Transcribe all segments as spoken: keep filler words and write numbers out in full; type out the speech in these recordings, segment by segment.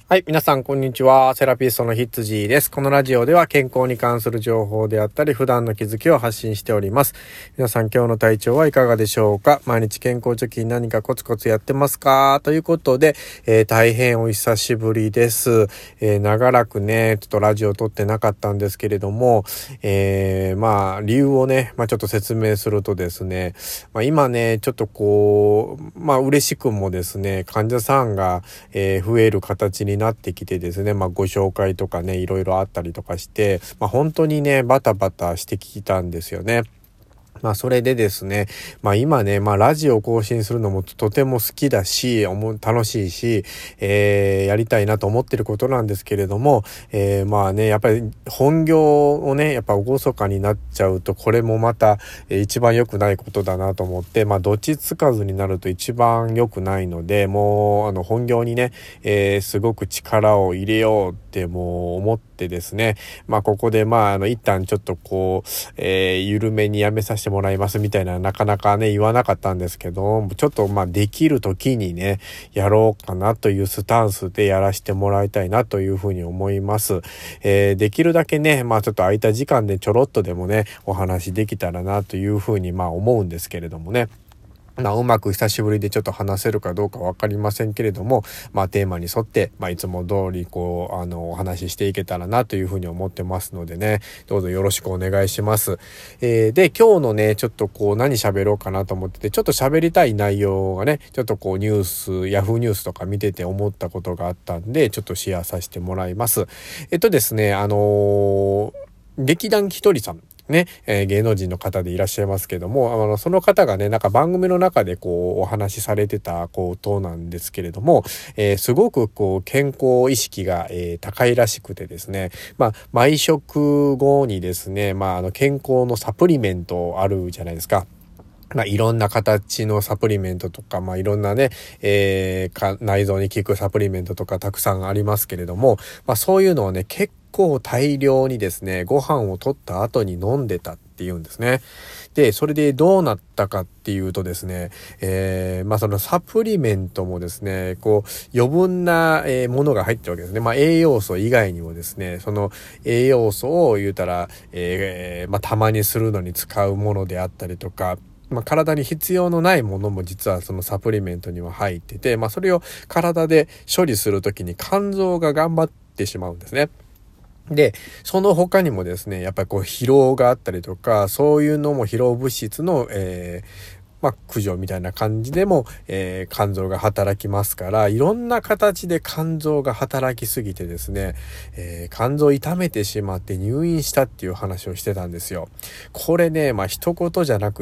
はい、皆さんこんにちは。セラピストのひつじです。このラジオでは健康に関する情報であったり、普段の気づきを発信しております。皆さん今日の体調はいかがでしょうか？毎日健康貯金何かコツコツやってますか？ということで、えー、大変お久しぶりです。えー、長らくね、ちょっとラジオ撮ってなかったんですけれども、えー、まあ理由をね、まあちょっと説明するとですね、まあ今ね、ちょっとこう、まあ嬉しくもですね、患者さんが、えー、増える形になってきてですね、まあご紹介とかね、いろいろあったりとかして、まあ本当にね、バタバタしてきたんですよね。まあそれでですね、まあ今ね、まあラジオを更新するのもとても好きだし、楽しいし、えー、やりたいなと思ってることなんですけれども、えー、まあね、やっぱり本業をね、やっぱ厳かになっちゃうと、これもまた、えー、一番良くないことだなと思って、まあどっちつかずになると一番良くないので、もうあの本業にね、えー、すごく力を入れようってもう思ってですね、まあここでまああの一旦ちょっとこう、えー、緩めにやめさせてもらいますみたいななかなかね言わなかったんですけど、ちょっとまあできる時にねやろうかなというスタンスでやらせてもらいたいなというふうに思います。えー、できるだけねまあちょっと空いた時間でちょろっとでもねお話できたらなというふうにまあ思うんですけれどもね。まあ、うまく久しぶりでちょっと話せるかどうかわかりませんけれども、まあテーマに沿って、まあいつも通りこう、あの、お話ししていけたらなというふうに思ってますのでね、どうぞよろしくお願いします。えー、で、今日のね、ちょっとこう何喋ろうかなと思ってて、ちょっと喋りたい内容がね、ちょっとこうニュース、ヤフーニュースとか見てて思ったことがあったんで、ちょっとシェアさせてもらいます。えっとですね、あのー、劇団ひとりさん。ね、えー、芸能人の方でいらっしゃいますけども、あの、その方がね、なんか番組の中でこう、お話しされてたことなんですけれども、えー、すごくこう、健康意識が、えー、高いらしくてですね、まあ、毎食後にですね、まあ、あの、健康のサプリメントあるじゃないですか。まあ、いろんな形のサプリメントとか、まあ、いろんなね、えー、か内臓に効くサプリメントとかたくさんありますけれども、まあ、そういうのをね、結構大量にですね、ご飯を取った後に飲んでたっていうんですね。で、それでどうなったかっていうとですね、えー、まあそのサプリメントもですね、こう余分な、えー、ものが入ってるわけですね。まあ栄養素以外にもですね、その栄養素を言うたら、えー、まあたまにするのに使うものであったりとか、まあ、体に必要のないものも実はそのサプリメントには入ってて、まあそれを体で処理するときに肝臓が頑張ってしまうんですね。で、その他にもですね、やっぱりこう疲労があったりとか、そういうのも疲労物質の、えー、まあ、駆除みたいな感じでも、えー、肝臓が働きますから、いろんな形で肝臓が働きすぎてですね、えー、肝臓を痛めてしまって入院したっていう話をしてたんですよ。これね、まあ、一言じゃなくって、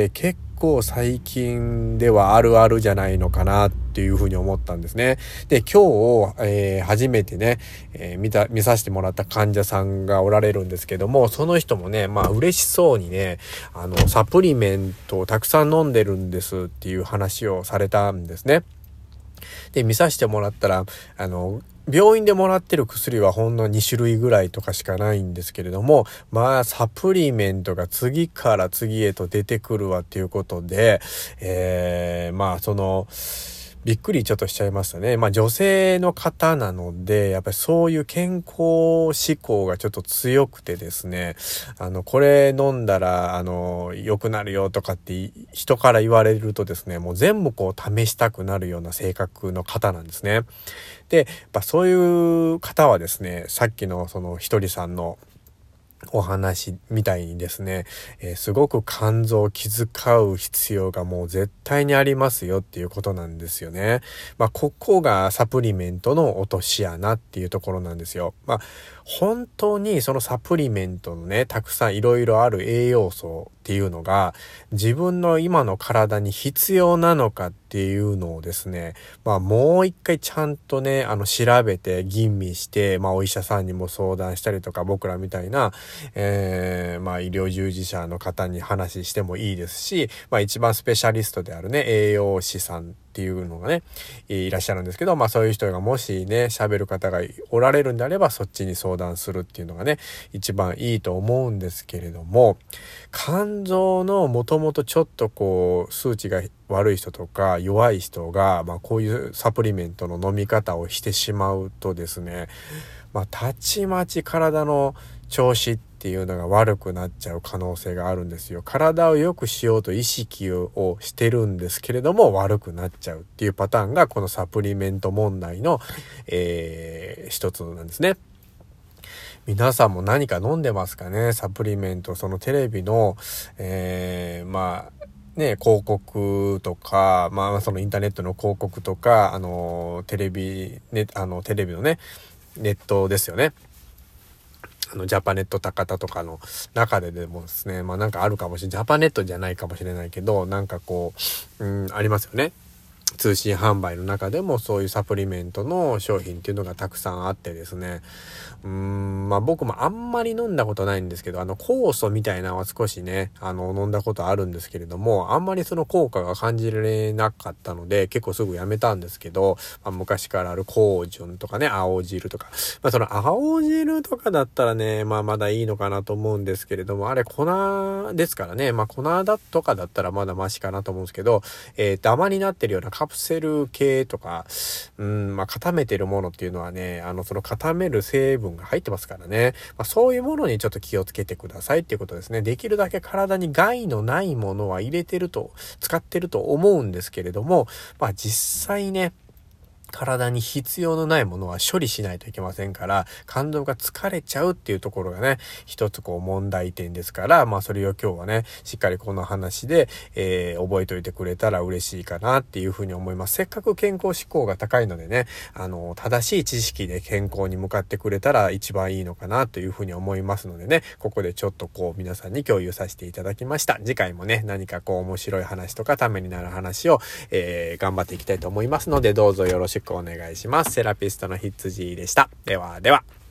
結構最近ではあるあるじゃないのかなっていうふうに思ったんですね。で、今日、えー、初めてね、えー、見た、見させてもらった患者さんがおられるんですけども、その人もね、まあ嬉しそうにね、あの、サプリメントをたくさん飲んでるんですっていう話をされたんですね。で、見させてもらったら、あの、病院でもらってる薬はほんのに種類ぐらいとかしかないんですけれども、まあサプリメントが次から次へと出てくるわっていうことで、えー、まあその、びっくりちょっとしちゃいましたね。まあ女性の方なので、やっぱりそういう健康志向がちょっと強くてですね、あの、これ飲んだら、あの、良くなるよとかって人から言われるとですね、もう全部こう試したくなるような性格の方なんですね。で、やっぱそういう方はですね、さっきのそのひとりさんのお話みたいにですね、えー、すごく肝臓を気遣う必要がもう絶対にありますよっていうことなんですよね。まあ、ここがサプリメントの落とし穴っていうところなんですよ。まあ、本当にそのサプリメントのね、たくさんいろいろある栄養素っていうのが自分の今の体に必要なのかっていうのをですね、まあもう一回ちゃんとね、あの調べて吟味して、まあお医者さんにも相談したりとか、僕らみたいな、えー、まあ医療従事者の方に話してもいいですし、まあ一番スペシャリストであるね、栄養士さんっっていうのがね、いらっしゃるんですけど、まあそういう人がもしね、喋る方がおられるんであれば、そっちに相談するっていうのがね、一番いいと思うんですけれども、肝臓のもともとちょっとこう、数値が悪い人とか弱い人が、まあこういうサプリメントの飲み方をしてしまうとですね、まあたちまち体の調子っていうのが悪くなっちゃう可能性があるんですよ。体を良くしようと意識をしてるんですけれども悪くなっちゃうっていうパターンがこのサプリメント問題の、えー、一つなんですね。皆さんも何か飲んでますかね？サプリメント、そのテレビの、えー、まあね、広告とか、まあそのインターネットの広告とか、あのテレビね、あのテレビのね、ネットですよね。あのジャパネット高田とかの中ででもですね、まあなんかあるかもしれない、ジャパネットじゃないかもしれないけど、なんかこう、うん、ありますよね。通信販売の中でもそういうサプリメントの商品っていうのがたくさんあってですね、うーん、まあ僕もあんまり飲んだことないんですけど、あの酵素みたいなのは少しね、あの飲んだことあるんですけれども、あんまりその効果が感じられなかったので結構すぐやめたんですけど、まあ、昔からある香醇とかね、青汁とか、まあその青汁とかだったらね、まあまだいいのかなと思うんですけれども、あれ粉ですからね、まあ粉だとかだったらまだマシかなと思うんですけど、えー、ダマになってるようなカプセル系とか、うん、まあ固めてるものっていうのはね、あのその固める成分が入ってますからね、まあ、そういうものにちょっと気をつけてくださいっていうことですね。できるだけ体に害のないものは入れてると、使ってると思うんですけれども、まあ実際ね、体に必要のないものは処理しないといけませんから、肝臓が疲れちゃうっていうところがね、一つこう問題点ですから、まあそれを今日はね、しっかりこの話で、えー、覚えておいてくれたら嬉しいかなっていうふうに思います。せっかく健康志向が高いのでね、あの、正しい知識で健康に向かってくれたら一番いいのかなというふうに思いますのでね、ここでちょっとこう皆さんに共有させていただきました。次回もね、何かこう面白い話とかためになる話を、えー、頑張っていきたいと思いますので、どうぞよろしくお願いします。セラピストのひつじでした。ではでは。